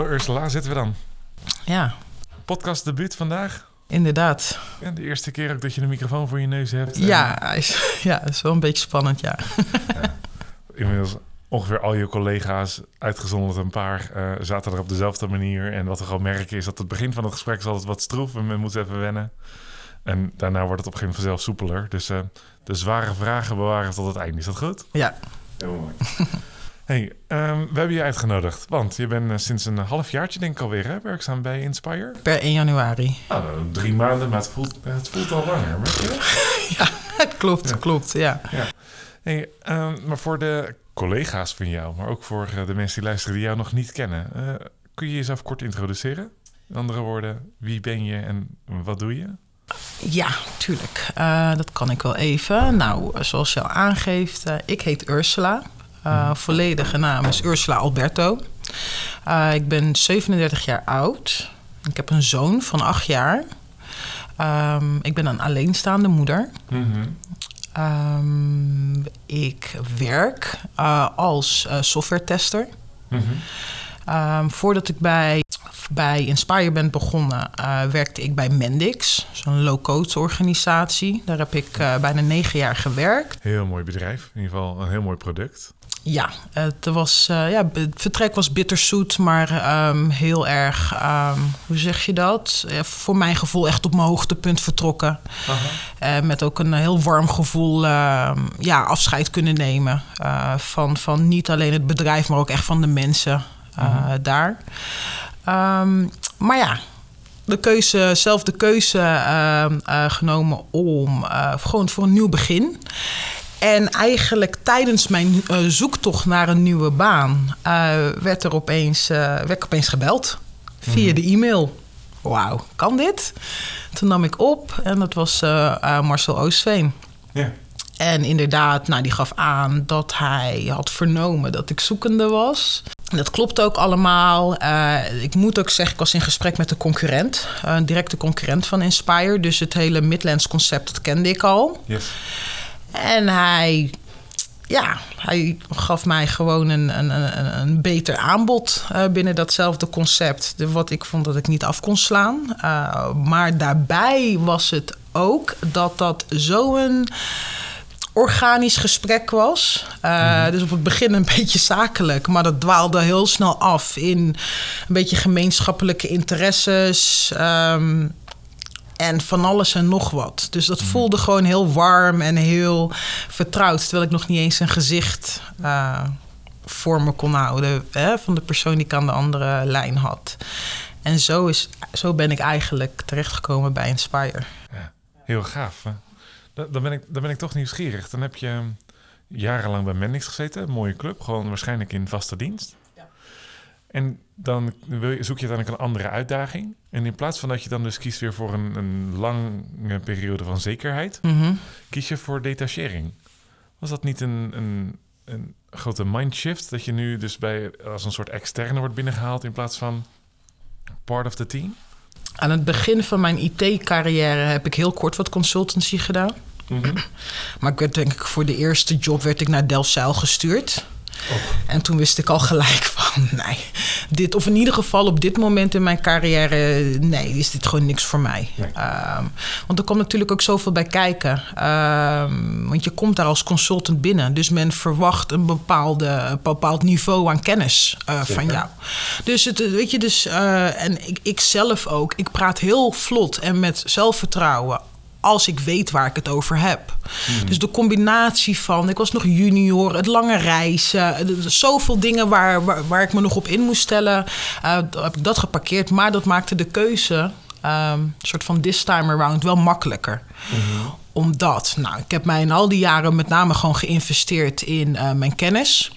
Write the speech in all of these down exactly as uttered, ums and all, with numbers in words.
Ursula, zitten we dan. Ja. Podcast debuut vandaag. Inderdaad. Ja, de eerste keer ook dat je een microfoon voor je neus hebt. Ja, en... is, ja, dat is wel een beetje spannend, ja. ja. Inmiddels ongeveer al je collega's, uitgezonderd een paar, uh, zaten er op dezelfde manier. En wat we gewoon merken is dat het begin van het gesprek is altijd wat stroef en men moet even wennen. En daarna wordt het op een gegeven moment vanzelf soepeler. Dus uh, de zware vragen bewaren tot het einde. Is dat goed? Ja. Heel mooi. Hey, um, we hebben je uitgenodigd, want je bent uh, sinds een halfjaartje denk ik alweer hè, werkzaam bij Inspire. Per één januari. Nou, drie maanden, maar het voelt, het voelt al langer. Merk je dat? Ja, het klopt, ja. klopt, ja. ja. Hey, um, maar voor de collega's van jou, maar ook voor uh, de mensen die luisteren die jou nog niet kennen, uh, kun je jezelf kort introduceren? In andere woorden, wie ben je en wat doe je? Ja, tuurlijk. Uh, dat kan ik wel even. Nou, zoals je al aangeeft, uh, ik heet Ursula. Uh, volledige naam is Ursula Alberto. Uh, ik ben zevenendertig jaar oud. Ik heb een zoon van acht jaar. Um, ik ben een alleenstaande moeder. Mm-hmm. Um, ik werk uh, als uh, softwaretester. Mm-hmm. Um, voordat ik bij, bij Inspire ben begonnen, uh, werkte ik bij Mendix, zo'n low-code organisatie. Daar heb ik uh, bijna negen jaar gewerkt. Heel mooi bedrijf, in ieder geval een heel mooi product. Ja, het, was, uh, ja, het vertrek was bitterzoet, maar um, heel erg, um, hoe zeg je dat? Ja, voor mijn gevoel echt op mijn hoogtepunt vertrokken. Uh, met ook een heel warm gevoel uh, ja, afscheid kunnen nemen. Uh, van, van niet alleen het bedrijf, maar ook echt van de mensen uh, uh-huh. daar. Um, maar ja, de keuze, zelf de keuze uh, uh, genomen om uh, gewoon voor een nieuw begin. En eigenlijk tijdens mijn uh, zoektocht naar een nieuwe baan uh, werd er opeens, uh, werd ik opeens gebeld via mm-hmm. de e-mail. Wauw, kan dit? Toen nam ik op en dat was uh, uh, Marcel Oostveen. Yeah. En inderdaad, nou, die gaf aan dat hij had vernomen dat ik zoekende was. En dat klopt ook allemaal. Uh, ik moet ook zeggen, ik was in gesprek met de concurrent. Uh, een directe concurrent van Inspire. Dus het hele Midlands concept, dat kende ik al. Yes. En hij, ja, hij gaf mij gewoon een, een, een, een beter aanbod uh, binnen datzelfde concept. De, wat ik vond dat ik niet af kon slaan. Uh, maar daarbij was het ook dat dat zo'n organisch gesprek was. Uh, mm-hmm. Dus op het begin een beetje zakelijk, maar dat dwaalde heel snel af in een beetje gemeenschappelijke interesses. Um, En van alles en nog wat. Dus dat voelde gewoon heel warm en heel vertrouwd. Terwijl ik nog niet eens een gezicht uh, voor me kon houden. Hè, van de persoon die ik aan de andere lijn had. En zo, is, zo ben ik eigenlijk terechtgekomen bij Inspire. Ja, heel gaaf. Hè? Dan, ben ik, dan ben ik toch nieuwsgierig. Dan heb je jarenlang bij Mendix gezeten. Een mooie club. Gewoon waarschijnlijk in vaste dienst. Ja. En dan wil je, zoek je dan een andere uitdaging. En in plaats van dat je dan dus kiest weer voor een, een lange periode van zekerheid, mm-hmm. kies je voor detachering. Was dat niet een, een, een grote mindshift? Dat je nu dus bij, als een soort externe wordt binnengehaald in plaats van part of the team? Aan het begin van mijn I T-carrière heb ik heel kort wat consultancy gedaan. Mm-hmm. Maar ik werd denk ik voor de eerste job werd ik naar Delfzijl gestuurd. Oh. En toen wist ik al gelijk van, nee, dit, of in ieder geval op dit moment in mijn carrière, nee, is dit gewoon niks voor mij. Nee. Um, want er komt natuurlijk ook zoveel bij kijken. Um, want je komt daar als consultant binnen, dus men verwacht een, bepaalde, een bepaald niveau aan kennis uh, van jou. Dus het, weet je, dus, uh, en ik, ik zelf ook, ik praat heel vlot en met zelfvertrouwen. Als ik weet waar ik het over heb. Hmm. Dus de combinatie van, ik was nog junior, het lange reizen, zoveel dingen waar, waar, waar ik me nog op in moest stellen, uh, heb ik dat geparkeerd. Maar dat maakte de keuze, een um, soort van this time around, wel makkelijker. Hmm. Omdat, nou, ik heb mij in al die jaren met name gewoon geïnvesteerd in uh, mijn kennis.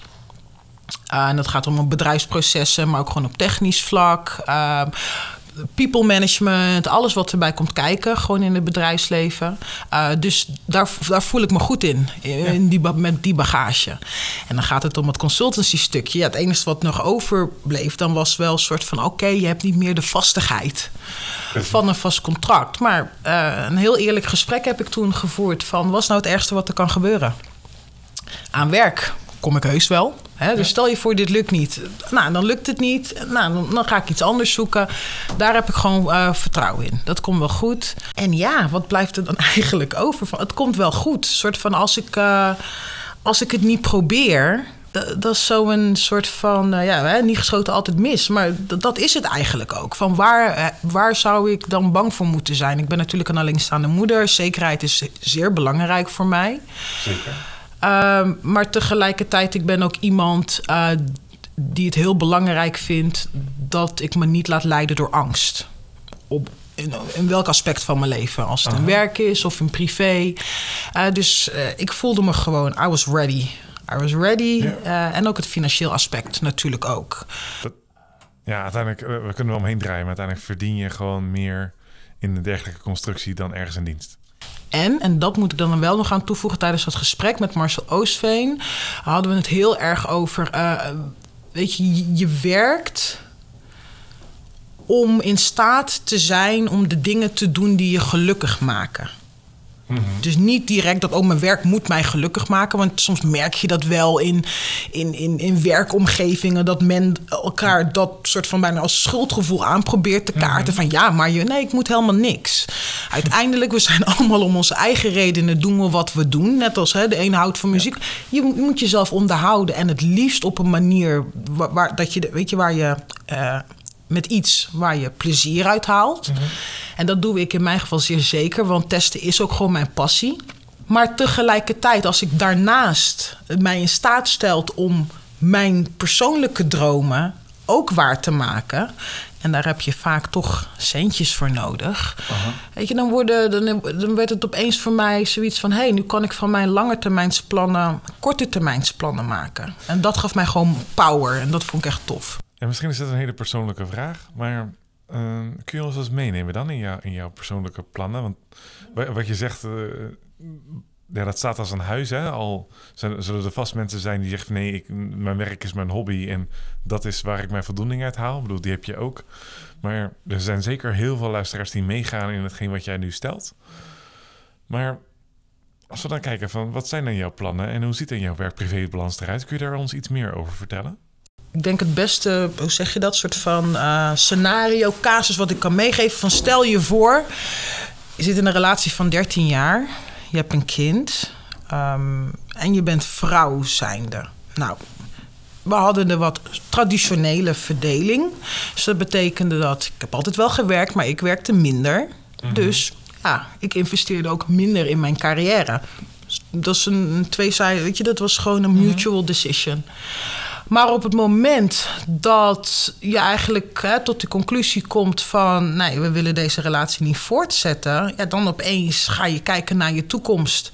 Uh, en dat gaat om bedrijfsprocessen, maar ook gewoon op technisch vlak. Uh, people management, alles wat erbij komt kijken, gewoon in het bedrijfsleven. Uh, dus daar, daar voel ik me goed in, in die, met die bagage. En dan gaat het om het consultancy stukje. Ja, het enige wat nog overbleef, dan was wel een soort van, oké, okay, je hebt niet meer de vastigheid van een vast contract. Maar uh, een heel eerlijk gesprek heb ik toen gevoerd van, wat is nou het ergste wat er kan gebeuren? Aan werk kom ik heus wel. Hè? Dus ja. Stel je voor, dit lukt niet. Nou, dan lukt het niet. Nou, dan, dan ga ik iets anders zoeken. Daar heb ik gewoon uh, vertrouwen in. Dat komt wel goed. En ja, wat blijft er dan eigenlijk over? Van, het komt wel goed. Een soort van, als ik, uh, als ik het niet probeer... Dat, dat is zo'n soort van, uh, ja, hè, niet geschoten altijd mis. Maar dat, dat is het eigenlijk ook. Van waar, uh, waar zou ik dan bang voor moeten zijn? Ik ben natuurlijk een alleenstaande moeder. Zekerheid is zeer belangrijk voor mij. Zeker. Uh, maar tegelijkertijd, ik ben ook iemand uh, die het heel belangrijk vindt... dat ik me niet laat leiden door angst. Op, in, in welk aspect van mijn leven. Als het in werk is of in privé. Uh, dus uh, ik voelde me gewoon, I was ready... I was ready. Ja. Uh, en ook het financieel aspect natuurlijk ook. Dat, ja, uiteindelijk, uh, we kunnen er omheen draaien... maar uiteindelijk verdien je gewoon meer in een dergelijke constructie dan ergens in dienst. En, en dat moet ik dan wel nog aan toevoegen... tijdens dat gesprek met Marcel Oostveen... hadden we het heel erg over... Uh, weet je, je, je werkt... om in staat te zijn om de dingen te doen die je gelukkig maken... Mm-hmm. Dus niet direct dat, oh, mijn werk moet mij gelukkig maken. Want soms merk je dat wel in, in, in, in werkomgevingen... dat men elkaar dat soort van bijna als schuldgevoel aan probeert te kaarten. Mm-hmm. Van ja, maar je, nee, ik moet helemaal niks. Uiteindelijk, we zijn allemaal om onze eigen redenen... doen we wat we doen. Net als hè, de een houdt van muziek. Ja. Je moet jezelf onderhouden. En het liefst op een manier waar, waar, dat je, weet je, waar je... Uh, met iets waar je plezier uit haalt. Mm-hmm. En dat doe ik in mijn geval zeer zeker... want testen is ook gewoon mijn passie. Maar tegelijkertijd, als ik daarnaast mij in staat stelt... om mijn persoonlijke dromen ook waar te maken... en daar heb je vaak toch centjes voor nodig... Uh-huh. Weet je, dan, worden, dan, dan werd het opeens voor mij zoiets van... hé, hey, nu kan ik van mijn langetermijnsplannen... kortetermijnsplannen maken. En dat gaf mij gewoon power en dat vond ik echt tof. En misschien is dat een hele persoonlijke vraag, maar uh, kun je ons eens meenemen dan in, jou, in jouw persoonlijke plannen? Want wat je zegt, uh, ja, dat staat als een huis. Hè? Al zullen er vast mensen zijn die zeggen, nee, ik, mijn werk is mijn hobby en dat is waar ik mijn voldoening uit haal. Ik bedoel, die heb je ook. Maar er zijn zeker heel veel luisteraars die meegaan in hetgeen wat jij nu stelt. Maar als we dan kijken van, wat zijn dan jouw plannen en hoe ziet dan jouw werk-privé-balans eruit? Kun je daar ons iets meer over vertellen? Ik denk het beste, hoe zeg je dat, soort van uh, scenario, casus wat ik kan meegeven. Van stel je voor, je zit in een relatie van dertien jaar. Je hebt een kind um, en je bent vrouw zijnde. Nou, we hadden een wat traditionele verdeling. Dus dat betekende dat, ik heb altijd wel gewerkt, maar ik werkte minder. Mm-hmm. Dus ja, ik investeerde ook minder in mijn carrière. Dat is een, een tweezijdig, weet je, dat was gewoon een mutual mm-hmm. decision. Maar op het moment dat je eigenlijk hè, tot de conclusie komt van... nee, we willen deze relatie niet voortzetten... Ja, dan opeens ga je kijken naar je toekomst.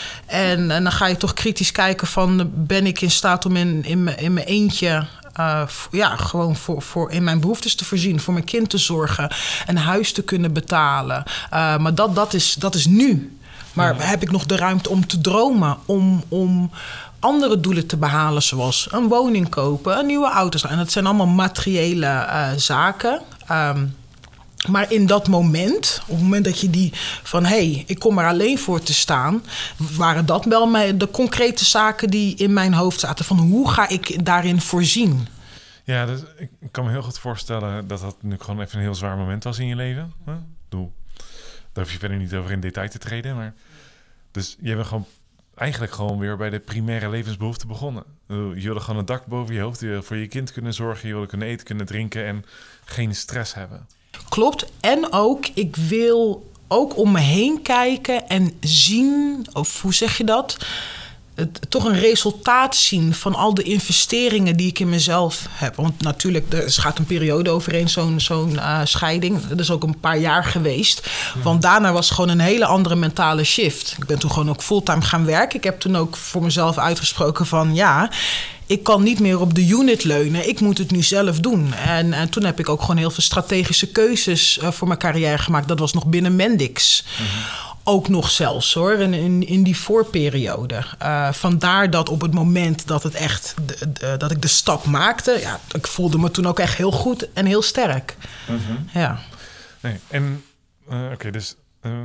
En, en dan ga je toch kritisch kijken van... ben ik in staat om in, in, in mijn eentje... Uh, ja, gewoon voor, voor in mijn behoeftes te voorzien... voor mijn kind te zorgen, een huis te kunnen betalen. Uh, maar dat, dat, is, dat is nu. Maar ja. Heb ik nog de ruimte om te dromen... om... om andere doelen te behalen, zoals een woning kopen, een nieuwe auto. En dat zijn allemaal materiële uh, zaken. Um, maar in dat moment, op het moment dat je die van... hé, hey, ik kom er alleen voor te staan... waren dat wel mijn, de concrete zaken die in mijn hoofd zaten. Van hoe ga ik daarin voorzien? Ja, dus ik kan me heel goed voorstellen... dat dat nu gewoon even een heel zwaar moment was in je leven. Huh? Doe, daar hoef je verder niet over in detail te treden. Maar dus je bent gewoon... eigenlijk gewoon weer bij de primaire levensbehoeften begonnen. Je wilde gewoon een dak boven je hoofd, je wilde voor je kind kunnen zorgen, je wilde kunnen eten, kunnen drinken en geen stress hebben. Klopt. En ook, ik wil ook om me heen kijken en zien, of hoe zeg je dat? Het, toch een resultaat zien van al de investeringen die ik in mezelf heb. Want natuurlijk, er gaat een periode overheen, zo'n, zo'n uh, scheiding. Dat is ook een paar jaar geweest. Hmm. Want daarna was gewoon een hele andere mentale shift. Ik ben toen gewoon ook fulltime gaan werken. Ik heb toen ook voor mezelf uitgesproken van... ja, ik kan niet meer op de unit leunen. Ik moet het nu zelf doen. En, en toen heb ik ook gewoon heel veel strategische keuzes uh, voor mijn carrière gemaakt. Dat was nog binnen Mendix. Hmm. Ook nog zelfs hoor, in, in, in die voorperiode. Uh, vandaar dat op het moment dat het echt de, de, dat ik de stap maakte, ja, ik voelde me toen ook echt heel goed en heel sterk. Mm-hmm. Ja. Nee, en uh, oké, okay, dus uh,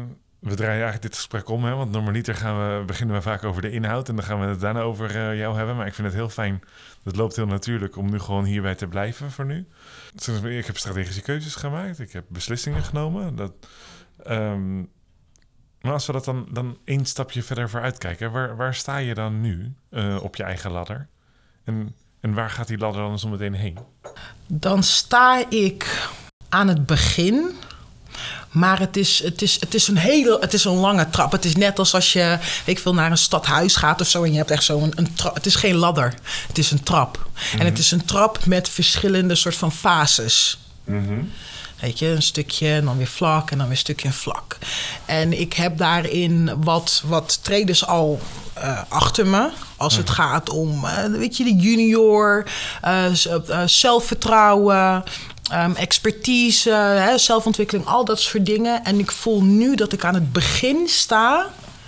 we draaien eigenlijk dit gesprek om, hè? Want normaliter gaan we, beginnen we vaak over de inhoud en dan gaan we het daarna over uh, jou hebben. Maar ik vind het heel fijn, dat loopt heel natuurlijk om nu gewoon hierbij te blijven voor nu. Ik heb strategische keuzes gemaakt, ik heb beslissingen genomen. Dat, um, maar als we dat dan, dan één stapje verder vooruit kijken, waar, waar sta je dan nu uh, op je eigen ladder? En, en waar gaat die ladder dan zo meteen heen? Dan sta ik aan het begin. Maar het is, het, is, het, is een hele, het is een lange trap. Het is net als als je weet ik veel, naar een stadhuis gaat of zo. En je hebt echt zo'n een trap. Het is geen ladder. Het is een trap. Mm-hmm. En het is een trap met verschillende soort van fases. Mm-hmm. Weet je, een stukje en dan weer vlak en dan weer een stukje en vlak. En ik heb daarin wat, wat traders al uh, achter me. Als het mm-hmm. gaat om, uh, weet je, de junior, uh, uh, zelfvertrouwen... Um, expertise, hè, zelfontwikkeling, al dat soort dingen. En ik voel nu dat ik aan het begin sta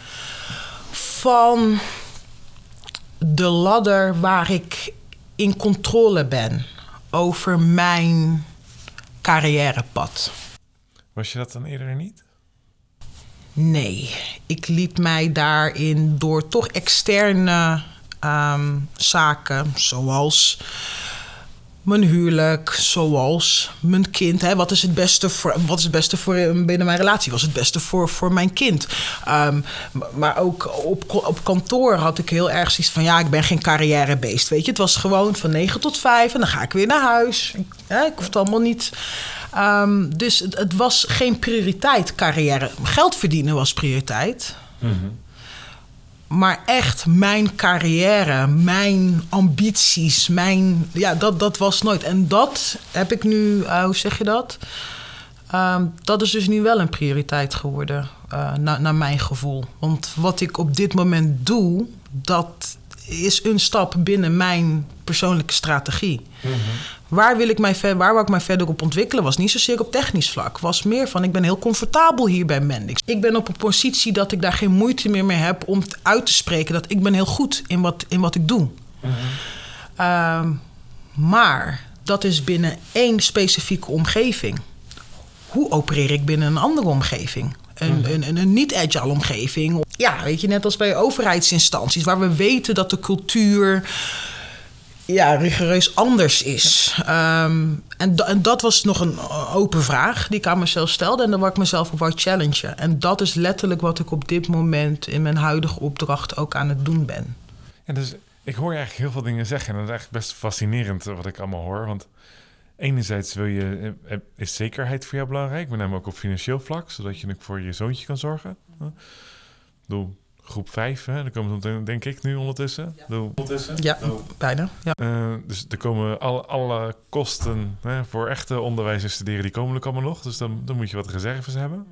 van de ladder waar ik in controle ben over mijn carrièrepad. Was je dat dan eerder niet? Nee, ik liet mij daarin door toch externe um, zaken zoals mijn huwelijk, zoals mijn kind. Hè? Wat is het beste voor, wat is het beste voor binnen mijn relatie? Wat is het beste voor, voor mijn kind? Um, maar ook op, op kantoor had ik heel erg zoiets van... ja, ik ben geen carrièrebeest, weet je. Het was gewoon van negen tot vijf en dan ga ik weer naar huis. Ik, hè, ik hoef het allemaal niet... Um, dus het, het was geen prioriteit, carrière. Geld verdienen was prioriteit. Mm-hmm. Maar echt mijn carrière, mijn ambities, mijn... Ja, dat, dat was nooit. En dat heb ik nu... Uh, hoe zeg je dat? Um, dat is dus nu wel een prioriteit geworden, uh, na, naar mijn gevoel. Want wat ik op dit moment doe, dat is een stap binnen mijn persoonlijke strategie. Mm-hmm. Waar wil ik mij ver, waar wil ik mij verder op ontwikkelen? Was niet zozeer op technisch vlak. Was meer van, ik ben heel comfortabel hier bij Mendix. Ik ben op een positie dat ik daar geen moeite meer mee heb om uit te spreken dat ik ben heel goed in wat, in wat ik doe. Mm-hmm. Um, maar dat is binnen één specifieke omgeving. Hoe opereer ik binnen een andere omgeving? Een, mm-hmm. een, een, een niet-agile omgeving. Ja, weet je, net als bij overheidsinstanties, waar we weten dat de cultuur... ja, rigoureus anders is. Um, en, en dat was nog een open vraag die ik aan mezelf stelde... en daar waar ik mezelf op wou challengen. En dat is letterlijk wat ik op dit moment... in mijn huidige opdracht ook aan het doen ben. En dus ik hoor je eigenlijk heel veel dingen zeggen... en dat is eigenlijk best fascinerend wat ik allemaal hoor. Want enerzijds wil je, is zekerheid voor jou belangrijk... met name ook op financieel vlak... zodat je voor je zoontje kan zorgen. Ik bedoel... Groep vijf, hè? Daar komen we denk ik nu ondertussen. Ja, Doe, ondertussen. ja Doe. bijna. Ja. Uh, dus er komen alle, alle kosten hè, voor echte onderwijs en studeren... die komen er allemaal nog. Dus dan, dan moet je wat reserves hebben.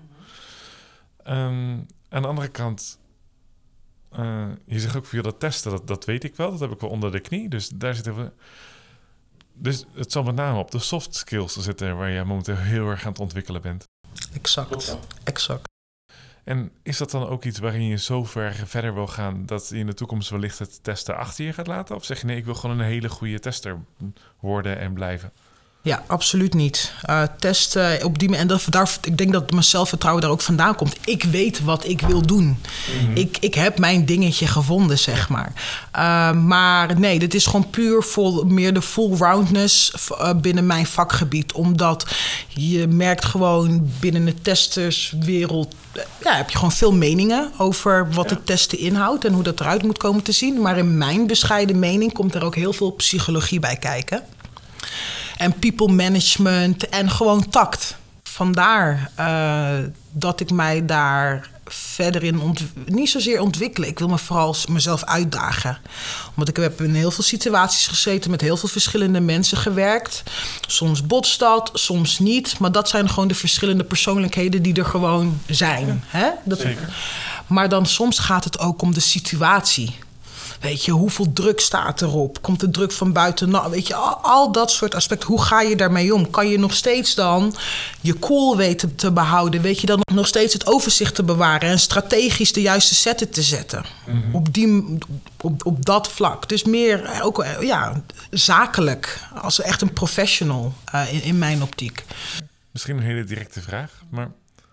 Um, aan de andere kant... Uh, je zegt ook via dat testen, dat, dat weet ik wel. Dat heb ik wel onder de knie. Dus daar zitten we... Dus het zal met name op de soft skills zitten... waar je momenteel heel erg aan het ontwikkelen bent. Exact, exact. En is dat dan ook iets waarin je zo ver verder wil gaan... dat je in de toekomst wellicht het testen achter je gaat laten? Of zeg je nee, ik wil gewoon een hele goede tester worden en blijven? Ja, absoluut niet. Uh, testen op die manier... en dat, daar, ik denk dat mijn zelfvertrouwen daar ook vandaan komt. Ik weet wat ik wil doen. Mm-hmm. Ik, ik heb mijn dingetje gevonden, zeg maar. Uh, maar nee, dit is gewoon puur vol, meer de full roundness uh, binnen mijn vakgebied. Omdat je merkt gewoon binnen de testerswereld... ja, heb je gewoon veel meningen over wat ja. het testen inhoudt... en hoe dat eruit moet komen te zien. Maar in mijn bescheiden mening komt er ook heel veel psychologie bij kijken... en people management en gewoon tact. Vandaar uh, dat ik mij daar verder in ont- niet zozeer ontwikkelen. Ik wil me vooral mezelf uitdagen. Want ik heb in heel veel situaties gezeten... met heel veel verschillende mensen gewerkt. Soms botst dat, soms niet. Maar dat zijn gewoon de verschillende persoonlijkheden... die er gewoon zijn. Ja, hè? Dat, zeker. Maar dan soms gaat het ook om de situatie... Weet je, hoeveel druk staat erop? Komt de druk van buiten? Nou, weet je, al, al dat soort aspecten. Hoe ga je daarmee om? Kan je nog steeds dan je cool weten te behouden? Weet je dan nog steeds het overzicht te bewaren... en strategisch de juiste zetten te zetten? Mm-hmm. Op, die, op, op dat vlak. Dus meer ook ja, zakelijk. Als echt een professional uh, in, in mijn optiek. Misschien een hele directe vraag, maar...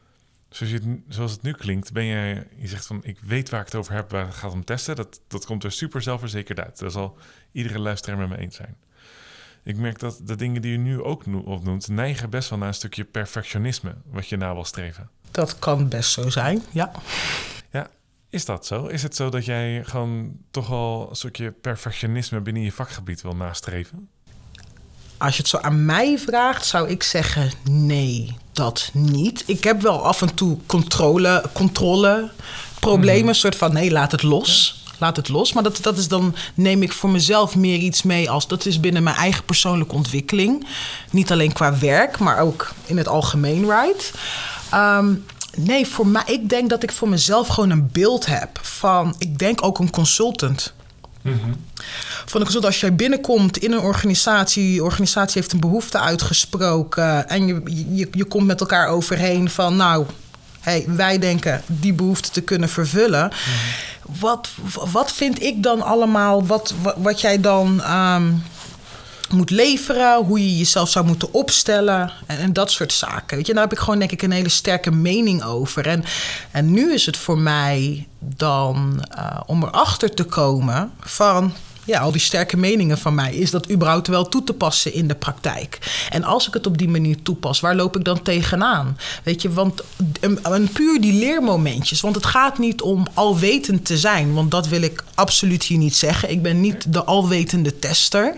Zoals, je het, zoals het nu klinkt, ben je... Je zegt van, ik weet waar ik het over heb, waar het gaat om testen. Dat, dat komt er super zelfverzekerd uit. Dat zal iedere luisteraar met me eens zijn. Ik merk dat de dingen die je nu ook opnoemt... neigen best wel naar een stukje perfectionisme... wat je na wil streven. Dat kan best zo zijn, ja. Ja, is dat zo? Is het zo dat jij gewoon toch wel een stukje perfectionisme... binnen je vakgebied wil nastreven? Als je het zo aan mij vraagt, zou ik zeggen nee, dat niet. Ik heb wel af en toe controle, controle problemen. Mm. Een soort van nee, laat het los. Ja. Laat het los. Maar dat, dat is dan, neem ik voor mezelf meer iets mee als... dat is binnen mijn eigen persoonlijke ontwikkeling. Niet alleen qua werk, maar ook in het algemeen, right? Um, nee, voor mij, ik denk dat ik voor mezelf gewoon een beeld heb van... ik denk ook een consultant... Mm-hmm. Van de als jij binnenkomt in een organisatie, de organisatie heeft een behoefte uitgesproken en je, je, je komt met elkaar overheen van nou, hey, wij denken die behoefte te kunnen vervullen. Mm-hmm. Wat, wat vind ik dan allemaal, wat, wat, wat jij dan um, moet leveren, hoe je jezelf zou moeten opstellen en, en dat soort zaken. Weet je, daar heb ik gewoon denk ik een hele sterke mening over. En, en nu is het voor mij dan uh, om erachter te komen van... ja, al die sterke meningen van mij, is dat überhaupt wel toe te passen in de praktijk? En als ik het op die manier toepas, waar loop ik dan tegenaan? Weet je, want een, een puur die leermomentjes, want het gaat niet om alwetend te zijn, want dat wil ik absoluut hier niet zeggen. Ik ben niet de alwetende tester.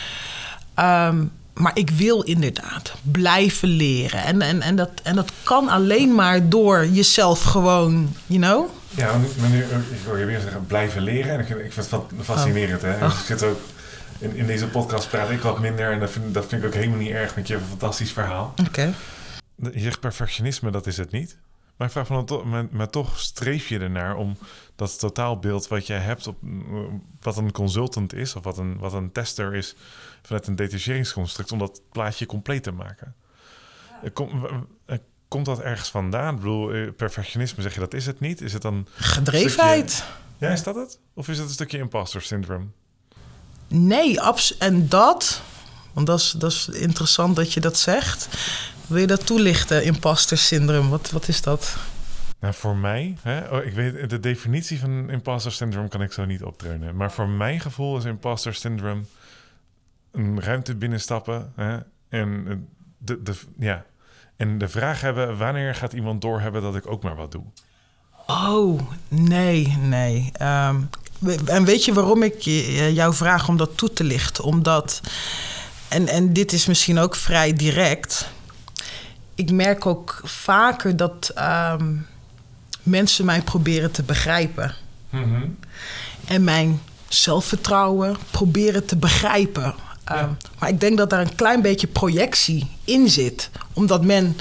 Um, maar ik wil inderdaad blijven leren. En, en, en, dat, en dat kan alleen maar door jezelf gewoon, you know... Ja, maar nu, ik wil je weer zeggen, blijven leren. En ik vind, ik vind het fascinerend. Oh. Hè? Oh. Ik zit ook in, in deze podcast praat ik wat minder. En dat vind, dat vind ik ook helemaal niet erg. Want je hebt een fantastisch verhaal. Oké. Okay. Je zegt perfectionisme, dat is het niet. Maar ik vraag van, maar, maar toch streef je ernaar om dat totaalbeeld wat jij hebt... op wat een consultant is of wat een, wat een tester is... vanuit een detacheringsconstruct, om dat plaatje compleet te maken. Ja. Kom, komt dat ergens vandaan? Ik bedoel, perfectionisme, zeg je, dat is het niet? Is het dan... Gedrevenheid. Stukje, ja, is dat het? Of is het een stukje imposter syndrome? Nee, abs- en dat... want dat is, dat is interessant dat je dat zegt. Wil je dat toelichten, imposter syndrome? Wat, wat is dat? Nou, voor mij... Hè, oh, ik weet, de definitie van imposter syndrome kan ik zo niet optreden. Maar voor mijn gevoel is imposter syndrome... een ruimte binnenstappen hè, en, de, de, ja, en de vraag hebben... wanneer gaat iemand doorhebben dat ik ook maar wat doe? Oh, nee, nee. Um, en weet je waarom ik jou vraag om dat toe te lichten? Omdat, en, en dit is misschien ook vrij direct... ik merk ook vaker dat um, mensen mij proberen te begrijpen. Mm-hmm. En mijn zelfvertrouwen proberen te begrijpen... Ja. Um, maar ik denk dat daar een klein beetje projectie in zit. Omdat men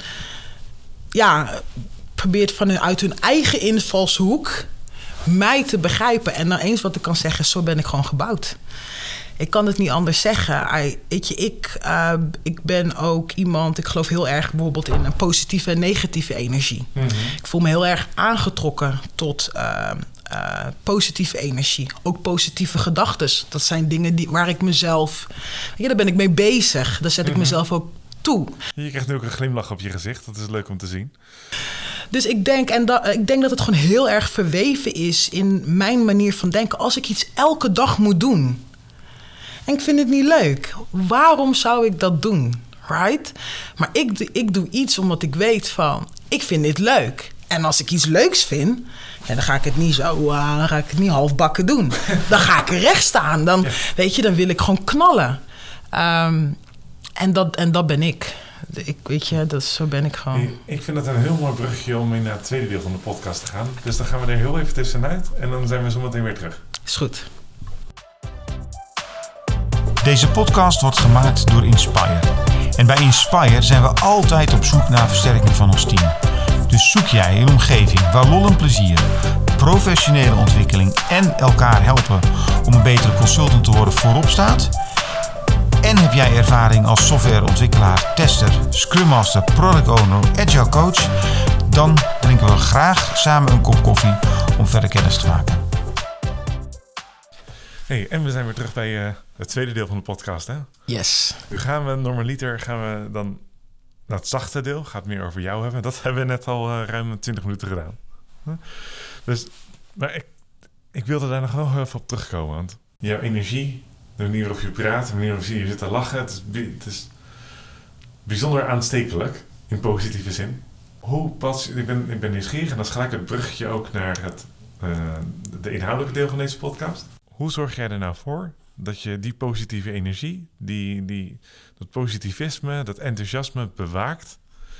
ja, probeert vanuit hun eigen invalshoek mij te begrijpen. En nou eens wat ik kan zeggen, zo ben ik gewoon gebouwd. Ik kan het niet anders zeggen. I, weet je, ik, uh, ik ben ook iemand, ik geloof heel erg bijvoorbeeld in een positieve en negatieve energie. Mm-hmm. Ik voel me heel erg aangetrokken tot... Uh, Uh, positieve energie, ook positieve gedachten. Dat zijn dingen die, waar ik mezelf... Ja, daar ben ik mee bezig. Daar zet mm-hmm. ik mezelf ook toe. Je krijgt nu ook een glimlach op je gezicht. Dat is leuk om te zien. Dus ik denk, en da, ik denk dat het gewoon heel erg verweven is... in mijn manier van denken. Als ik iets elke dag moet doen... en ik vind het niet leuk... waarom zou ik dat doen? Right? Maar ik, ik doe iets omdat ik weet van... ik vind dit leuk. En als ik iets leuks vind... ja, dan ga ik het niet zo, uh, dan ga ik het niet halfbakken doen. Dan ga ik er recht staan. Dan, ja. weet je, dan wil ik gewoon knallen. Um, en, dat, en dat ben ik. ik weet je, dat, zo ben ik gewoon. Ik, ik vind het een heel mooi brugje om in naar het tweede deel van de podcast te gaan. Dus dan gaan we er heel even tussenuit. En dan zijn we zo meteen weer terug. Is goed. Deze podcast wordt gemaakt door Inspire. En bij Inspire zijn we altijd op zoek naar versterking van ons team. Dus zoek jij een omgeving waar lol en plezier, professionele ontwikkeling en elkaar helpen om een betere consultant te worden voorop staat? En heb jij ervaring als softwareontwikkelaar, tester, scrum master, product owner, agile coach? Dan drinken we graag samen een kop koffie om verder kennis te maken. Hey, en we zijn weer terug bij uh, het tweede deel van de podcast, hè? Yes. Nu gaan we normaliter gaan we dan dat zachte deel gaat meer over jou hebben. Dat hebben we net al uh, ruim twintig minuten gedaan. Huh? Dus, maar ik, ik wilde daar nog wel even op terugkomen. Want jouw energie, de manier waarop je praat, de manier waarop je zit te lachen, het is, het is bijzonder aanstekelijk in positieve zin. Hoe pas, ik ben, ik ben nieuwsgierig en dat is gelijk het bruggetje ook naar het, uh, de inhoudelijke deel van deze podcast. Hoe zorg jij er nou voor dat je die positieve energie, die, die, dat positivisme, dat enthousiasme bewaakt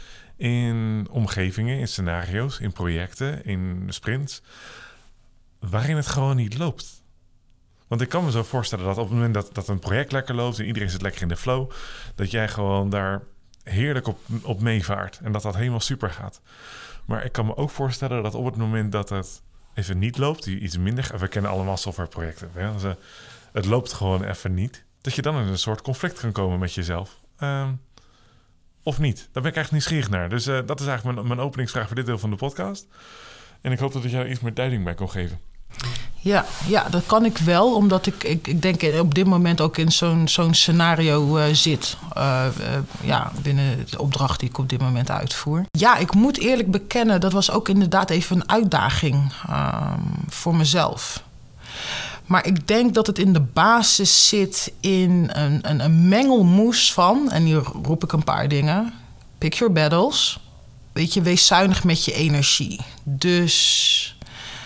in omgevingen, in scenario's, in projecten, in sprints, waarin het gewoon niet loopt? Want ik kan me zo voorstellen dat op het moment dat, dat een project lekker loopt en iedereen zit lekker in de flow, dat jij gewoon daar heerlijk op, op meevaart en dat dat helemaal super gaat. Maar ik kan me ook voorstellen dat op het moment dat het even niet loopt, die iets minder, we kennen allemaal softwareprojecten, hè? Dus, het loopt gewoon even niet, dat je dan in een soort conflict kan komen met jezelf. Uh, of niet. Daar ben ik eigenlijk nieuwsgierig naar. Dus uh, dat is eigenlijk mijn, mijn openingsvraag voor dit deel van de podcast. En ik hoop dat ik jou iets meer duiding bij kon geven. Ja, ja, dat kan ik wel, omdat ik, ik, ik denk op dit moment ook in zo'n, zo'n scenario uh, zit. Uh, uh, ja, binnen de opdracht die ik op dit moment uitvoer. Ja, ik moet eerlijk bekennen, dat was ook inderdaad even een uitdaging uh, voor mezelf. Maar ik denk dat het in de basis zit in een, een, een mengelmoes van, en hier roep ik een paar dingen. Pick your battles. Weet je, wees zuinig met je energie. Dus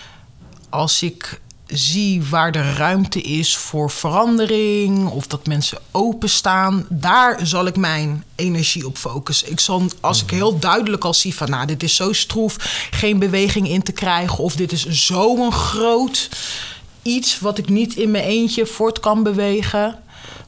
als ik zie waar de ruimte is voor verandering of dat mensen openstaan, daar zal ik mijn energie op focussen. Ik zal, als ik heel duidelijk al zie van, nou, dit is zo stroef, geen beweging in te krijgen, of dit is zo'n groot iets wat ik niet in mijn eentje voort kan bewegen.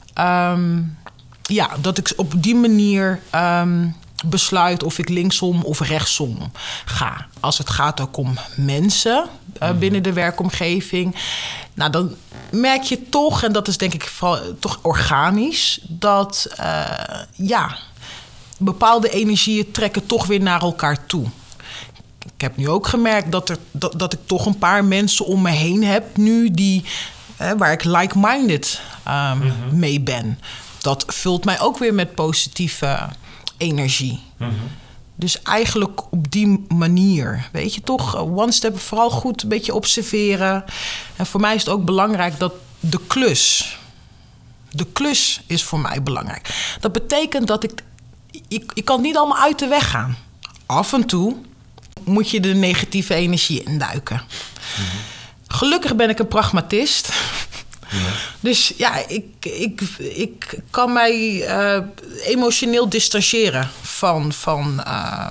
Um, ja, dat ik op die manier um, besluit of ik linksom of rechtsom ga. Als het gaat ook om mensen uh, binnen de werkomgeving, nou, dan merk je toch, en dat is denk ik vooral toch organisch, dat uh, ja, bepaalde energieën trekken toch weer naar elkaar toe. Ik heb nu ook gemerkt dat, er, dat, dat ik toch een paar mensen om me heen heb nu die, eh, waar ik like-minded um, mm-hmm. mee ben. Dat vult mij ook weer met positieve energie. Mm-hmm. Dus eigenlijk op die manier, weet je toch, one step, vooral goed een beetje observeren. En voor mij is het ook belangrijk dat de klus, de klus is voor mij belangrijk. Dat betekent dat ik, ik, ik kan niet allemaal uit de weg gaan. Af en toe moet je de negatieve energie induiken. Mm-hmm. Gelukkig ben ik een pragmatist. Ja. Dus ja, ik, ik, ik kan mij uh, emotioneel distancieren van, van uh,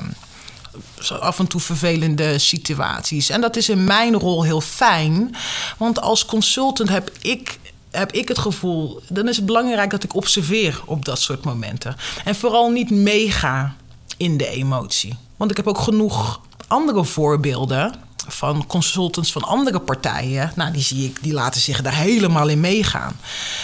zo af en toe vervelende situaties. En dat is in mijn rol heel fijn. Want als consultant heb ik, heb ik het gevoel, dan is het belangrijk dat ik observeer op dat soort momenten. En vooral niet meega in de emotie. Want ik heb ook genoeg andere voorbeelden van consultants van andere partijen. Nou, die zie ik, die laten zich daar helemaal in meegaan.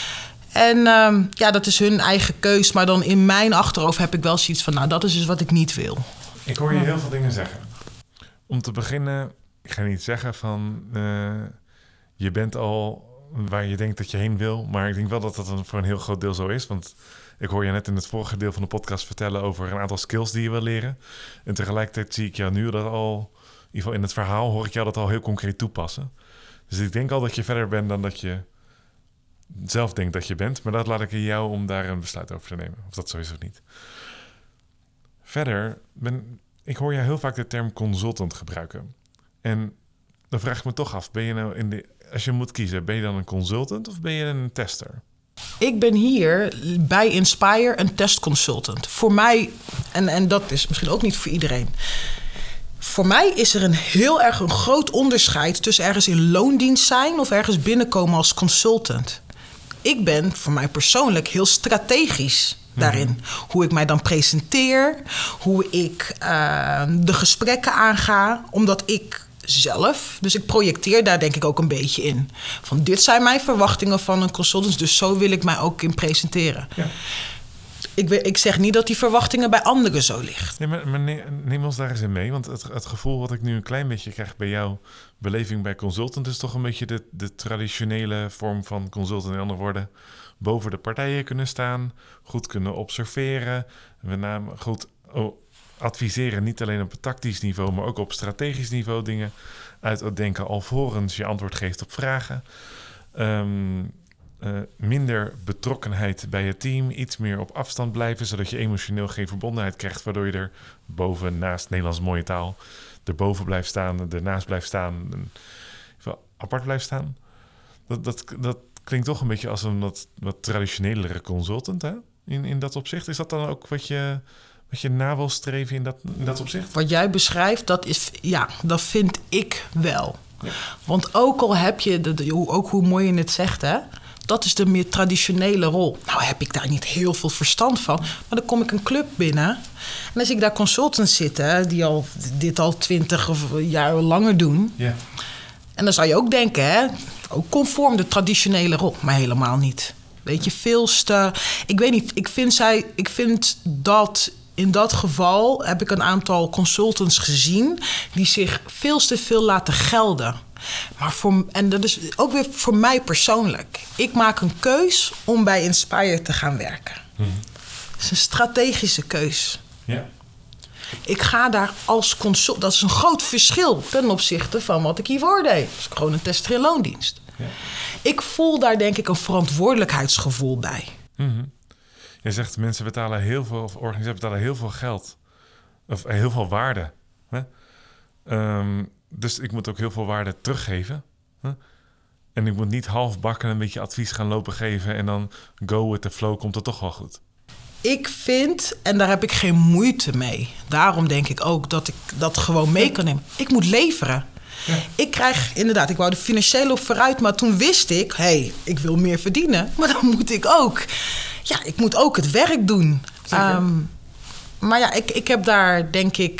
En uh, ja, dat is hun eigen keus. Maar dan in mijn achterhoofd heb ik wel zoiets van, nou, dat is dus wat ik niet wil. Ik hoor je heel veel dingen zeggen. Om te beginnen, ik ga niet zeggen van, uh, je bent al waar je denkt dat je heen wil. Maar ik denk wel dat dat voor een heel groot deel zo is. Want ik hoor je net in het vorige deel van de podcast vertellen over een aantal skills die je wil leren. En tegelijkertijd zie ik jou nu dat al, in ieder geval in het verhaal hoor ik jou dat al heel concreet toepassen. Dus ik denk al dat je verder bent dan dat je zelf denkt dat je bent. Maar dat laat ik aan jou om daar een besluit over te nemen. Of dat zo is of niet. Verder, ben, ik hoor jou heel vaak de term consultant gebruiken. En dan vraag ik me toch af, ben je nou in de, als je moet kiezen, ben je dan een consultant of ben je een tester? Ik ben hier bij Inspire een testconsultant. Voor mij, en, en dat is misschien ook niet voor iedereen. Voor mij is er een heel erg een groot onderscheid tussen ergens in loondienst zijn of ergens binnenkomen als consultant. Ik ben voor mij persoonlijk heel strategisch daarin. Mm-hmm. Hoe ik mij dan presenteer, hoe ik uh, de gesprekken aanga, omdat ik zelf, dus ik projecteer daar denk ik ook een beetje in. Van dit zijn mijn verwachtingen van een consultant, dus zo wil ik mij ook in presenteren. Ja. Ik, ik zeg niet dat die verwachtingen bij anderen zo liggen. Nee, maar, maar neem ons daar eens in mee. Want het, het gevoel wat ik nu een klein beetje krijg bij jouw beleving bij consultant is toch een beetje de, de traditionele vorm van consultant. In andere woorden, boven de partijen kunnen staan, goed kunnen observeren, met name goed oh, adviseren niet alleen op tactisch niveau, maar ook op strategisch niveau dingen uitdenken alvorens je antwoord geeft op vragen. Um, uh, minder betrokkenheid bij je team, iets meer op afstand blijven, zodat je emotioneel geen verbondenheid krijgt, waardoor je er boven, naast Nederlands mooie taal, erboven blijft staan, ernaast blijft staan, apart blijft staan. Dat, dat, dat klinkt toch een beetje als een wat, wat traditionelere consultant, hè? In, in dat opzicht. Is dat dan ook wat je, wat je na wil streven in dat, in dat opzicht? Wat jij beschrijft, dat is, ja, dat vind ik wel. Ja. Want ook al heb je, de, ook hoe mooi je het zegt, hè, dat is de meer traditionele rol. Nou heb ik daar niet heel veel verstand van, maar dan kom ik een club binnen en dan zie ik daar consultants zitten die al dit al twintig jaar langer doen. Ja. En dan zou je ook denken, hè, ook conform de traditionele rol, maar helemaal niet. Weet je, veelste. Ik weet niet, ik vind, zij, ik vind dat in dat geval heb ik een aantal consultants gezien die zich veel te veel laten gelden. Maar voor, en dat is ook weer voor mij persoonlijk. Ik maak een keus om bij Inspire te gaan werken. Mm-hmm. Dat is een strategische keus. Ja. Ik ga daar als consult. Dat is een groot verschil ten opzichte van wat ik hiervoor deed. Dat is gewoon een tester in loondienst. Ja. Ik voel daar denk ik een verantwoordelijkheidsgevoel bij. Mm-hmm. Je zegt mensen betalen heel veel, of organisaties betalen heel veel geld. Of heel veel waarde. Hè? Um, dus ik moet ook heel veel waarde teruggeven. Hè? En ik moet niet halfbakken een beetje advies gaan lopen geven en dan go with the flow, komt het toch wel goed. Ik vind, en daar heb ik geen moeite mee. Daarom denk ik ook dat ik dat gewoon mee kan nemen. Ik moet leveren. Ja. Ik krijg inderdaad, ik wou de financiële op vooruit, maar toen wist ik, hé, hey, ik wil meer verdienen, maar dan moet ik ook, ja, ik moet ook het werk doen. Um, maar ja, ik, ik heb daar denk ik,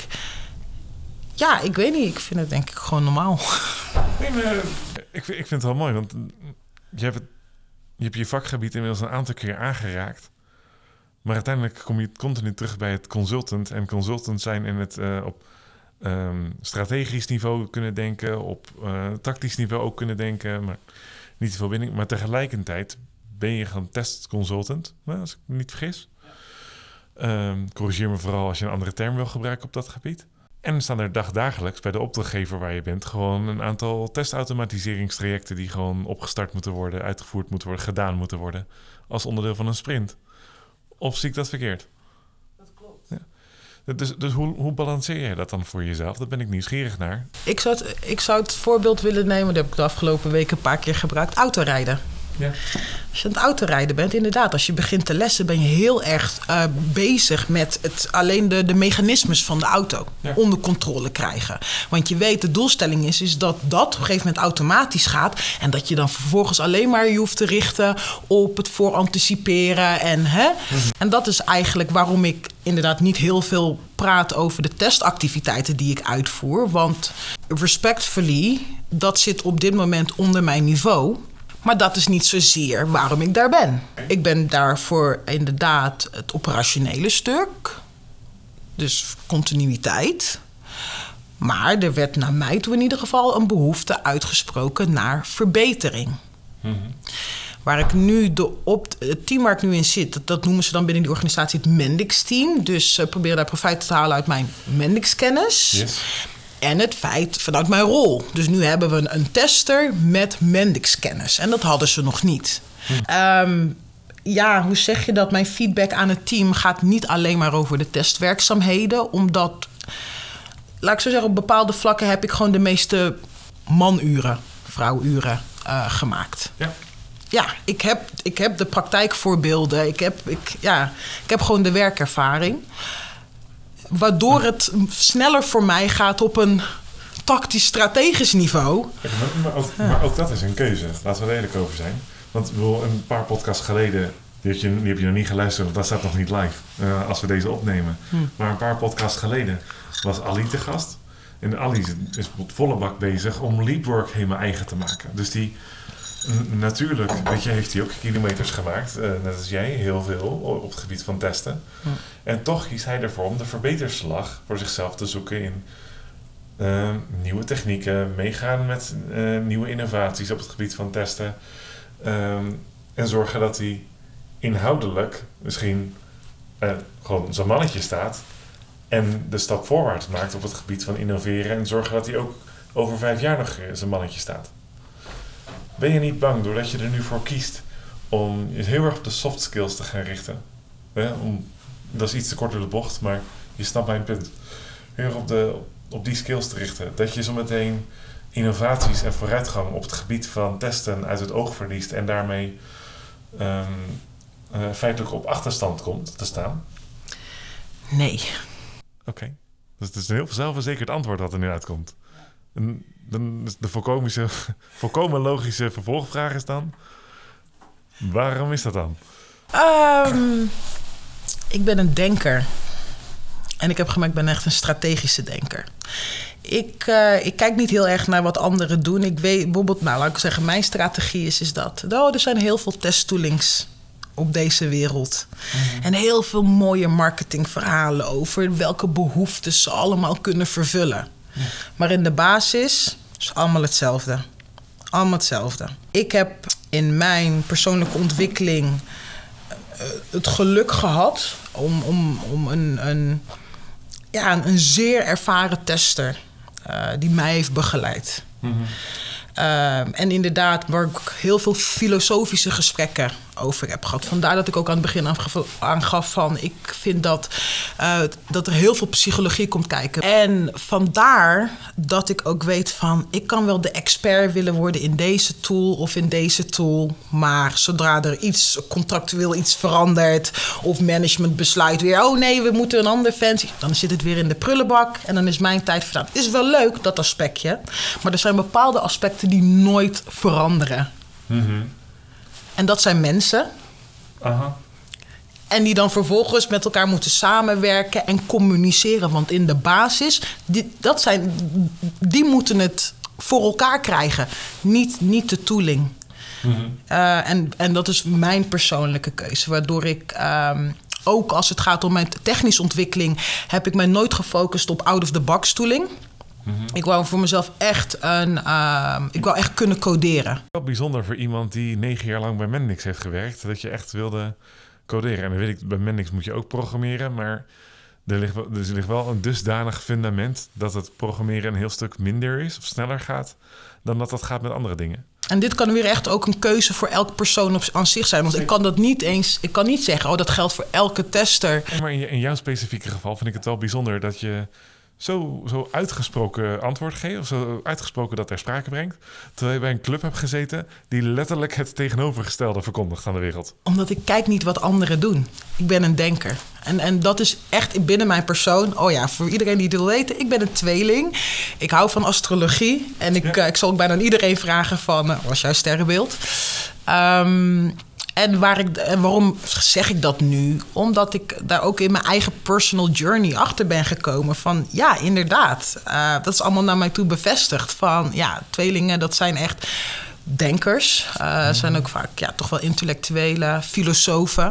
ja, ik weet niet, ik vind het denk ik gewoon normaal. Nee, maar, ik, vind, ik vind het wel mooi, want je hebt, het, je hebt je vakgebied inmiddels een aantal keer aangeraakt. Maar uiteindelijk kom je continu terug bij het consultant. En consultant zijn in het uh, op um, strategisch niveau kunnen denken. Op uh, tactisch niveau ook kunnen denken. Maar niet te veel binding. Maar tegelijkertijd ben je gewoon testconsultant. Nou, als ik me niet vergis. Um, corrigeer me vooral als je een andere term wil gebruiken op dat gebied. En er staan er dagdagelijks bij de opdrachtgever waar je bent gewoon een aantal testautomatiseringstrajecten die gewoon opgestart moeten worden, uitgevoerd moeten worden, gedaan moeten worden. Als onderdeel van een sprint. Of zie ik dat verkeerd? Dat klopt. Ja. Dus, dus hoe, hoe balanceer je dat dan voor jezelf? Daar ben ik nieuwsgierig naar. Ik zou, het, ik zou het voorbeeld willen nemen, dat heb ik de afgelopen weken een paar keer gebruikt, autorijden. Ja. Als je aan het autorijden bent, inderdaad, als je begint te lessen, ben je heel erg uh, bezig met het, alleen de, de mechanismes van de auto ja. onder controle krijgen. Want je weet, de doelstelling is, is dat dat op een gegeven moment automatisch gaat en dat je dan vervolgens alleen maar je hoeft te richten op het vooranticiperen. En, hè? Mm-hmm. En dat is eigenlijk waarom ik inderdaad niet heel veel praat over de testactiviteiten die ik uitvoer. Want respectfully, dat zit op dit moment onder mijn niveau. Maar dat is niet zozeer waarom ik daar ben. Ik ben daar voor inderdaad het operationele stuk. Dus continuïteit. Maar er werd naar mij toe in ieder geval een behoefte uitgesproken naar verbetering. Mm-hmm. Waar ik nu de op, het team waar ik nu in zit, dat, dat noemen ze dan binnen die organisatie het Mendix-team. Dus uh, probeer daar profijt te halen uit mijn Mendix-kennis. Yes. En het feit vanuit mijn rol. Dus nu hebben we een tester met Mendix-kennis. En dat hadden ze nog niet. Hm. Um, ja, hoe zeg je dat? Mijn feedback aan het team gaat niet alleen maar over de testwerkzaamheden. Omdat, laat ik zo zeggen, op bepaalde vlakken heb ik gewoon de meeste manuren, vrouwuren uh, gemaakt. Ja. Ja, ik heb, ik heb de praktijkvoorbeelden. Ik heb, ik, ja, ik heb gewoon de werkervaring. Waardoor het sneller voor mij gaat op een tactisch-strategisch niveau. Ja, maar, maar, ook, maar ook dat is een keuze. Laten we er eerlijk over zijn. Want een paar podcasts geleden, die heb je, die heb je nog niet geluisterd, want dat staat nog niet live uh, als we deze opnemen. Hm. Maar een paar podcasts geleden was Ali te gast. En Ali is op volle bak bezig om Leapwork helemaal eigen te maken. Dus die, n- natuurlijk, weet je, heeft hij ook kilometers gemaakt. Uh, net als jij, heel veel op het gebied van testen. Hm. En toch kiest hij ervoor om de verbeterslag voor zichzelf te zoeken in uh, nieuwe technieken, meegaan met uh, nieuwe innovaties op het gebied van testen. Um, en zorgen dat hij inhoudelijk misschien uh, gewoon zijn mannetje staat En de stap voorwaarts maakt op het gebied van innoveren en zorgen dat hij ook over vijf jaar nog zijn mannetje staat. Ben je niet bang, doordat je er nu voor kiest, om je heel erg op de soft skills te gaan richten? Hè? Om, dat is iets te kort door de bocht, maar je snapt mijn punt. Heel erg op, de, op die skills te richten. Dat je zo meteen innovaties en vooruitgang op het gebied van testen uit het oog verliest en daarmee um, uh, feitelijk op achterstand komt te staan? Nee. Oké. Okay. Dus het is een heel zelfverzekerd antwoord dat er nu uitkomt. En dan is de volkomen, volkomen logische vervolgvraag is dan: waarom is dat dan? Um, ik ben een denker. En ik heb gemerkt, ik ben echt een strategische denker. Ik, uh, ik kijk niet heel erg naar wat anderen doen. Ik weet bijvoorbeeld, nou laat ik zeggen, mijn strategie is, is dat. Oh, er zijn heel veel testtoolings op deze wereld. Mm-hmm. En heel veel mooie marketingverhalen over welke behoeftes ze allemaal kunnen vervullen. Ja. Maar in de basis is allemaal hetzelfde. Allemaal hetzelfde. Ik heb in mijn persoonlijke ontwikkeling uh, het geluk gehad om, om, om een, een, ja, een, een zeer ervaren tester uh, die mij heeft begeleid. Mm-hmm. Uh, en inderdaad, waar ik heel veel filosofische gesprekken over heb gehad. Vandaar dat ik ook aan het begin aangaf van, ik vind dat, uh, dat er heel veel psychologie komt kijken. En vandaar dat ik ook weet van, ik kan wel de expert willen worden in deze tool of in deze tool. Maar zodra er iets contractueel iets verandert of management besluit weer, oh nee, we moeten een ander fancy, dan zit het weer in de prullenbak en dan is mijn tijd vandaan. Het is wel leuk, dat aspectje, maar er zijn bepaalde aspecten die nooit veranderen. Mm-hmm. En dat zijn mensen. Aha. En die dan vervolgens met elkaar moeten samenwerken en communiceren. Want in de basis, die, dat zijn, die moeten het voor elkaar krijgen. Niet, niet de tooling. Mm-hmm. Uh, en, en dat is mijn persoonlijke keuze. Waardoor ik, um, ook als het gaat om mijn technische ontwikkeling, heb ik mij nooit gefocust op out-of-the-box tooling. Mm-hmm. Ik wou voor mezelf echt een, uh, ik wou echt kunnen coderen. Wel bijzonder voor iemand die negen jaar lang bij Mendix heeft gewerkt, dat je echt wilde coderen. En dan weet ik, bij Mendix moet je ook programmeren, maar er ligt, wel, er ligt wel een dusdanig fundament dat het programmeren een heel stuk minder is of sneller gaat dan dat dat gaat met andere dingen. En dit kan weer echt ook een keuze voor elke persoon op, aan zich zijn. Want ik kan dat niet eens, ik kan niet zeggen, oh, dat geldt voor elke tester. Maar in, in jouw specifieke geval vind ik het wel bijzonder dat je Zo, zo uitgesproken antwoord geeft, of zo uitgesproken dat ter sprake brengt, terwijl je bij een club hebt gezeten die letterlijk het tegenovergestelde verkondigt aan de wereld. Omdat ik kijk niet wat anderen doen. Ik ben een denker. En, en dat is echt binnen mijn persoon. Oh ja, voor iedereen die het wil weten, ik ben een tweeling. Ik hou van astrologie. En ik, ja. uh, ik zal ook bijna aan iedereen vragen van, uh, wat is jouw sterrenbeeld? Um, En, waar ik, en waarom zeg ik dat nu? Omdat ik daar ook in mijn eigen personal journey achter ben gekomen. Van ja, inderdaad. Uh, dat is allemaal naar mij toe bevestigd. Van ja, tweelingen, dat zijn echt denkers. Uh, mm-hmm. Zijn ook vaak ja, toch wel intellectuele filosofen.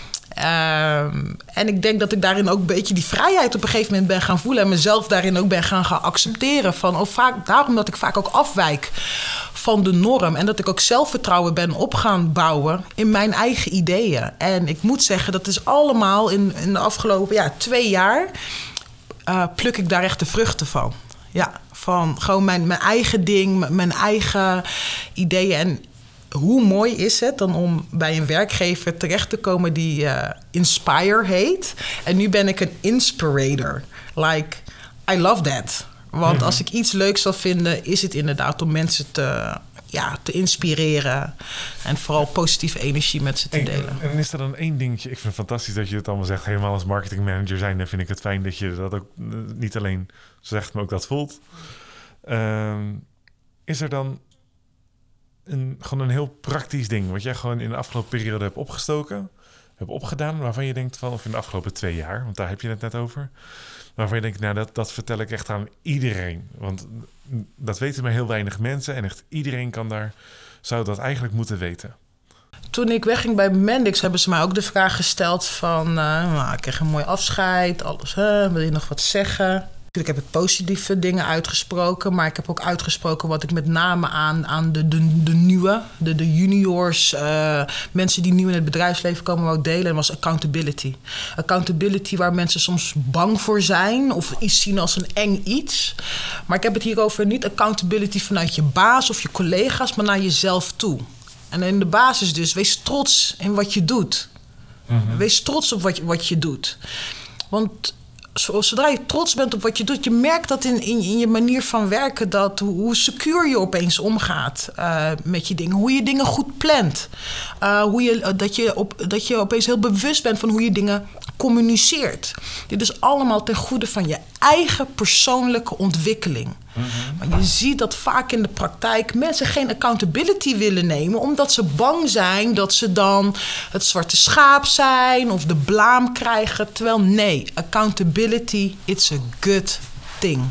Um, en ik denk dat ik daarin ook een beetje die vrijheid op een gegeven moment ben gaan voelen. En mezelf daarin ook ben gaan, gaan accepteren. Van, of vaak, daarom dat ik vaak ook afwijk van de norm. En dat ik ook zelfvertrouwen ben op gaan bouwen in mijn eigen ideeën. En ik moet zeggen, dat is allemaal in, in de afgelopen ja, twee jaar Uh, pluk ik daar echt de vruchten van. Ja, van gewoon mijn, mijn eigen ding, mijn eigen ideeën. En hoe mooi is het dan om bij een werkgever terecht te komen die uh, Inspire heet. En nu ben ik een inspirator. Like, I love that. Want mm-hmm. als ik iets leuks zal vinden, is het inderdaad om mensen te, ja, te inspireren. En vooral positieve energie met ze te en, delen. En is er dan één dingetje? Ik vind het fantastisch dat je het allemaal zegt. Helemaal als marketingmanager zijn, dan vind ik het fijn dat je dat ook niet alleen zegt, maar ook dat voelt. Um, is er dan Een, gewoon een heel praktisch ding, wat jij gewoon in de afgelopen periode hebt opgestoken, hebt opgedaan, waarvan je denkt van, of in de afgelopen twee jaar, want daar heb je het net over, waarvan je denkt, nou, dat, dat vertel ik echt aan iedereen. Want dat weten maar heel weinig mensen en echt iedereen kan daar, zou dat eigenlijk moeten weten. Toen ik wegging bij Mendix hebben ze mij ook de vraag gesteld van, uh, nou, ik kreeg een mooi afscheid, alles, hè, wil je nog wat zeggen? Natuurlijk heb ik positieve dingen uitgesproken, maar ik heb ook uitgesproken wat ik met name aan, aan de, de, de nieuwe, de, de juniors, uh, mensen die nieuw in het bedrijfsleven komen, wou delen. En was accountability. Accountability waar mensen soms bang voor zijn of iets zien als een eng iets. Maar ik heb het hierover niet accountability vanuit je baas of je collega's, maar naar jezelf toe. En in de basis dus, wees trots in wat je doet. Mm-hmm. Wees trots op wat je, wat je doet. Want zodra je trots bent op wat je doet, je merkt dat in, in, in je manier van werken, dat hoe, hoe secuur je opeens omgaat uh, met je dingen. Hoe je dingen goed plant. Uh, hoe je, dat, je op, dat je opeens heel bewust bent van hoe je dingen communiceert. Dit is allemaal ten goede van je eigen persoonlijke ontwikkeling. Mm-hmm. Maar je ziet dat vaak in de praktijk mensen geen accountability willen nemen, omdat ze bang zijn dat ze dan het zwarte schaap zijn of de blaam krijgen. Terwijl nee, accountability, it's a good thing.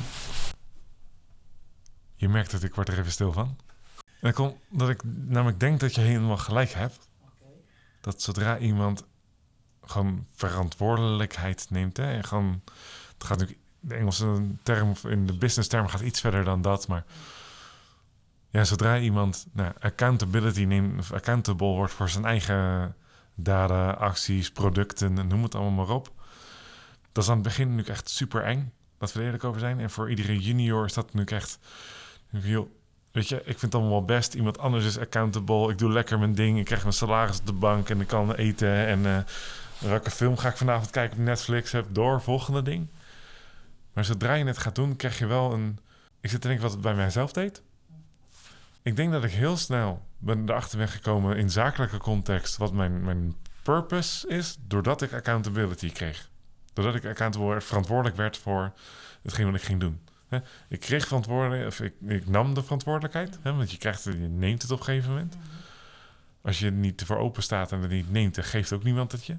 Je merkt het, ik word er even stil van. En dat komt omdat ik namelijk denk dat je helemaal gelijk hebt. Okay. Dat zodra iemand gewoon verantwoordelijkheid neemt, hè, en gewoon, het gaat natuurlijk, de Engelse term in de business term gaat iets verder dan dat, maar ja, zodra iemand nou, accountability neemt, of accountable wordt voor zijn eigen daden, acties, producten, noem het allemaal maar op, dat is aan het begin natuurlijk echt super eng, dat we er eerlijk over zijn. En voor iedere junior is dat natuurlijk echt, joh, weet je, ik vind het allemaal wel best. Iemand anders is accountable. Ik doe lekker mijn ding. Ik krijg mijn salaris op de bank en ik kan eten. En uh, welke film ga ik vanavond kijken op Netflix? Heb door, volgende ding. Maar zodra je het gaat doen, krijg je wel een... Ik zit te denken wat het bij mijzelf deed. Ik denk dat ik heel snel ben erachter ben gekomen in zakelijke context wat mijn, mijn purpose is, doordat ik accountability kreeg. Doordat ik accountable verantwoordelijk werd voor hetgeen wat ik ging doen. He, ik kreeg verantwoordelijkheid, of ik, ik nam de verantwoordelijkheid, he, want je krijgt het, je neemt het op een gegeven moment. Als je er niet voor open staat en het niet neemt, dan geeft ook niemand het je.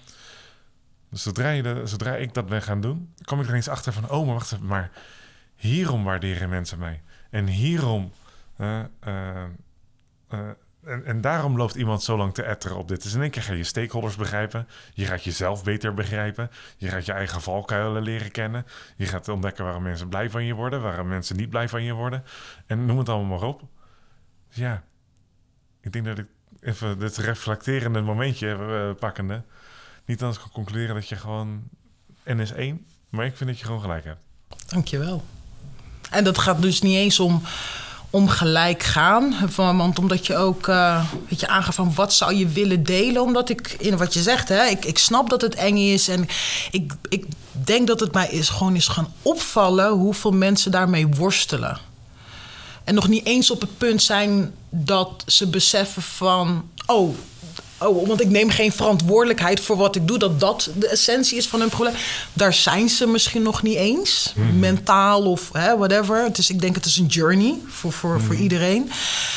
Dus zodra, je de, zodra ik dat ben gaan doen, kom ik er eens achter van, oh, maar wacht even, maar hierom waarderen mensen mij. En hierom, uh, uh, uh, en, en daarom loopt iemand zo lang te etteren op dit. Dus in één keer ga je stakeholders begrijpen. Je gaat jezelf beter begrijpen. Je gaat je eigen valkuilen leren kennen. Je gaat ontdekken waarom mensen blij van je worden, waarom mensen niet blij van je worden. En noem het allemaal maar op. Dus ja, ik denk dat ik even dit reflecterende momentje uh, pakkende, niet anders kan concluderen dat je gewoon N is één, maar ik vind dat je gewoon gelijk hebt. Dankjewel. En dat gaat dus niet eens om, om gelijk gaan. Want omdat je ook uh, weet je, aangaf van wat zou je willen delen. Omdat ik, in wat je zegt, hè, ik, ik snap dat het eng is. En ik, ik denk dat het mij is, gewoon is gaan opvallen hoeveel mensen daarmee worstelen. En nog niet eens op het punt zijn dat ze beseffen van, oh, oh, want ik neem geen verantwoordelijkheid voor wat ik doe, dat dat de essentie is van hun probleem. Daar zijn ze misschien nog niet eens, mm-hmm. mentaal of hè, whatever. Het is, ik denk het is een journey voor, voor, mm-hmm. voor iedereen.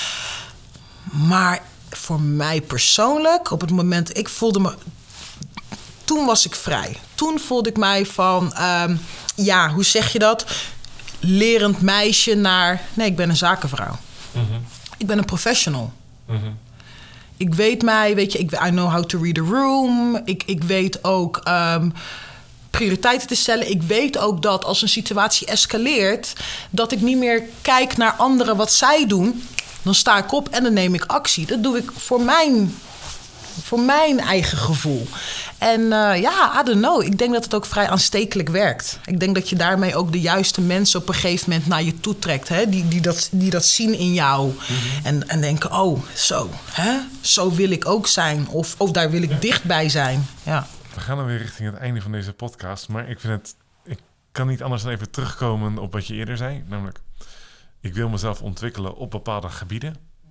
Maar voor mij persoonlijk, op het moment, ik voelde me, toen was ik vrij. Toen voelde ik mij van, um, ja, hoe zeg je dat? Lerend meisje naar, nee, ik ben een zakenvrouw. Mm-hmm. Ik ben een professional. Mm-hmm. Ik weet mij, weet je, ik, I know how to read a room. Ik, ik weet ook um, prioriteiten te stellen. Ik weet ook dat als een situatie escaleert, dat ik niet meer kijk naar anderen wat zij doen. Dan sta ik op en dan neem ik actie. Dat doe ik voor mijn, voor mijn eigen gevoel. En uh, ja, I don't know. Ik denk dat het ook vrij aanstekelijk werkt. Ik denk dat je daarmee ook de juiste mensen op een gegeven moment naar je toe trekt. Hè? Die, die, dat, die dat zien in jou. Mm-hmm. En, en denken, oh, zo. Hè? Zo wil ik ook zijn. Of oh, daar wil ik ja. dichtbij zijn. Ja. We gaan dan weer richting het einde van deze podcast. Maar ik vind het... Ik kan niet anders dan even terugkomen op wat je eerder zei. Namelijk, ik wil mezelf ontwikkelen op bepaalde gebieden.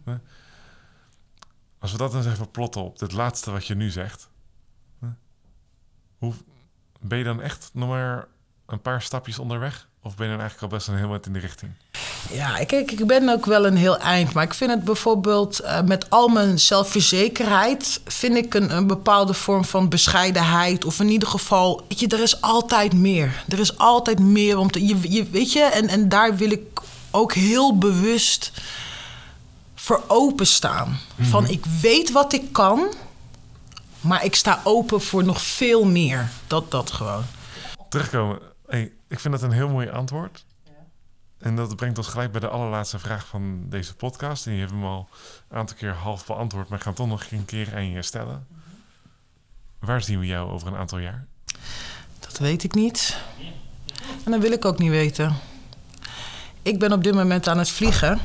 Als we dat dan eens even plotten op dit laatste wat je nu zegt. Hoe, ben je dan echt nog maar een paar stapjes onderweg? Of ben je dan eigenlijk al best een heel wat in die richting? Ja, ik, ik ben ook wel een heel eind. Maar ik vind het bijvoorbeeld uh, met al mijn zelfverzekerheid, vind ik een, een bepaalde vorm van bescheidenheid. Of in ieder geval, weet je, er is altijd meer. Er is altijd meer om te... Je, je, weet je, en, en daar wil ik ook heel bewust voor openstaan. Mm-hmm. Van ik weet wat ik kan, maar ik sta open voor nog veel meer. Dat, dat gewoon. Terugkomen Hey, ik vind dat een heel mooi antwoord. Ja. En dat brengt ons gelijk bij de allerlaatste vraag van deze podcast. En je hebt hem al een aantal keer half beantwoord, maar ik ga hem toch nog een keer aan je stellen. Mm-hmm. Waar zien we jou over een aantal jaar? Dat weet ik niet. En dat wil ik ook niet weten. Ik ben op dit moment aan het vliegen.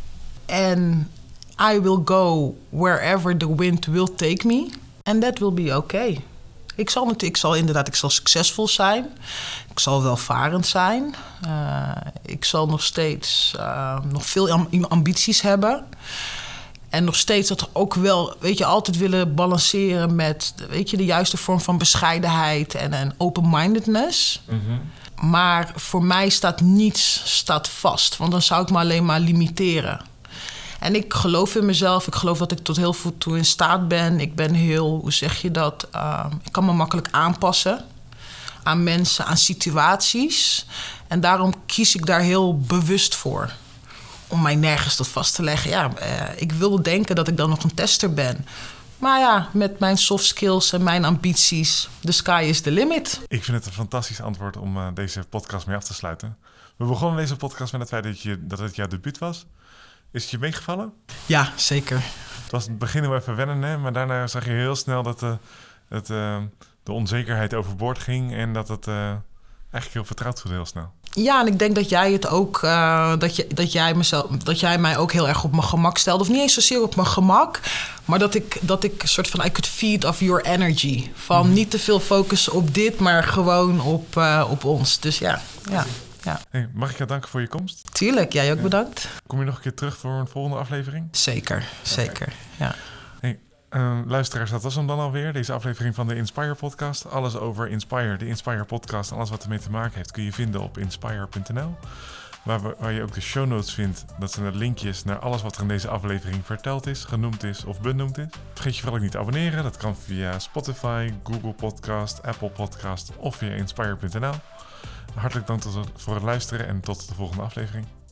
En I will go wherever the wind will take me. And that will be okay. Ik zal, het, ik zal inderdaad ik zal succesvol zijn. Ik zal welvarend zijn. Uh, ik zal nog steeds uh, nog veel ambities hebben. En nog steeds dat ook wel, weet je, altijd willen balanceren met, weet je, de juiste vorm van bescheidenheid en een open-mindedness. Mm-hmm. Maar voor mij staat niets staat vast, want dan zou ik me alleen maar limiteren. En ik geloof in mezelf. Ik geloof dat ik tot heel veel toe in staat ben. Ik ben heel, hoe zeg je dat? Uh, ik kan me makkelijk aanpassen aan mensen, aan situaties. En daarom kies ik daar heel bewust voor. Om mij nergens tot vast te leggen. Ja, uh, ik wil denken dat ik dan nog een tester ben. Maar ja, met mijn soft skills en mijn ambities, the sky is the limit. Ik vind het een fantastisch antwoord om uh, deze podcast mee af te sluiten. We begonnen deze podcast met het feit dat, je, dat het jouw debuut was. Is het je meegevallen? Ja, zeker. Het was het begin wel even wennen, hè? Maar daarna zag je heel snel dat uh, het, uh, de onzekerheid overboord ging en dat het uh, eigenlijk heel vertrouwd voelde heel snel. Ja, en ik denk dat jij het ook, uh, dat, je, dat, jij mezelf, dat jij mij ook heel erg op mijn gemak stelde. Of niet eens zozeer op mijn gemak, maar dat ik, dat ik soort van, I could feed off your energy. Van mm-hmm. niet te veel focussen op dit, maar gewoon op, uh, op ons. Dus ja, ja. Ja. Hey, mag ik jou danken voor je komst? Tuurlijk, jij ook bedankt. Kom je nog een keer terug voor een volgende aflevering? Zeker, zeker. Okay. Ja. Hey, uh, luisteraars, dat was hem dan alweer. Deze aflevering van de Inspire podcast. Alles over Inspire, de Inspire podcast en alles wat ermee te maken heeft kun je vinden op inspire punt n l. Waar, we, waar je ook de show notes vindt. Dat zijn de linkjes naar alles wat er in deze aflevering verteld is, genoemd is of benoemd is. Vergeet je vooral ook niet te abonneren. Dat kan via Spotify, Google Podcast, Apple Podcast of via inspire punt n l. Hartelijk dank voor het luisteren en tot de volgende aflevering.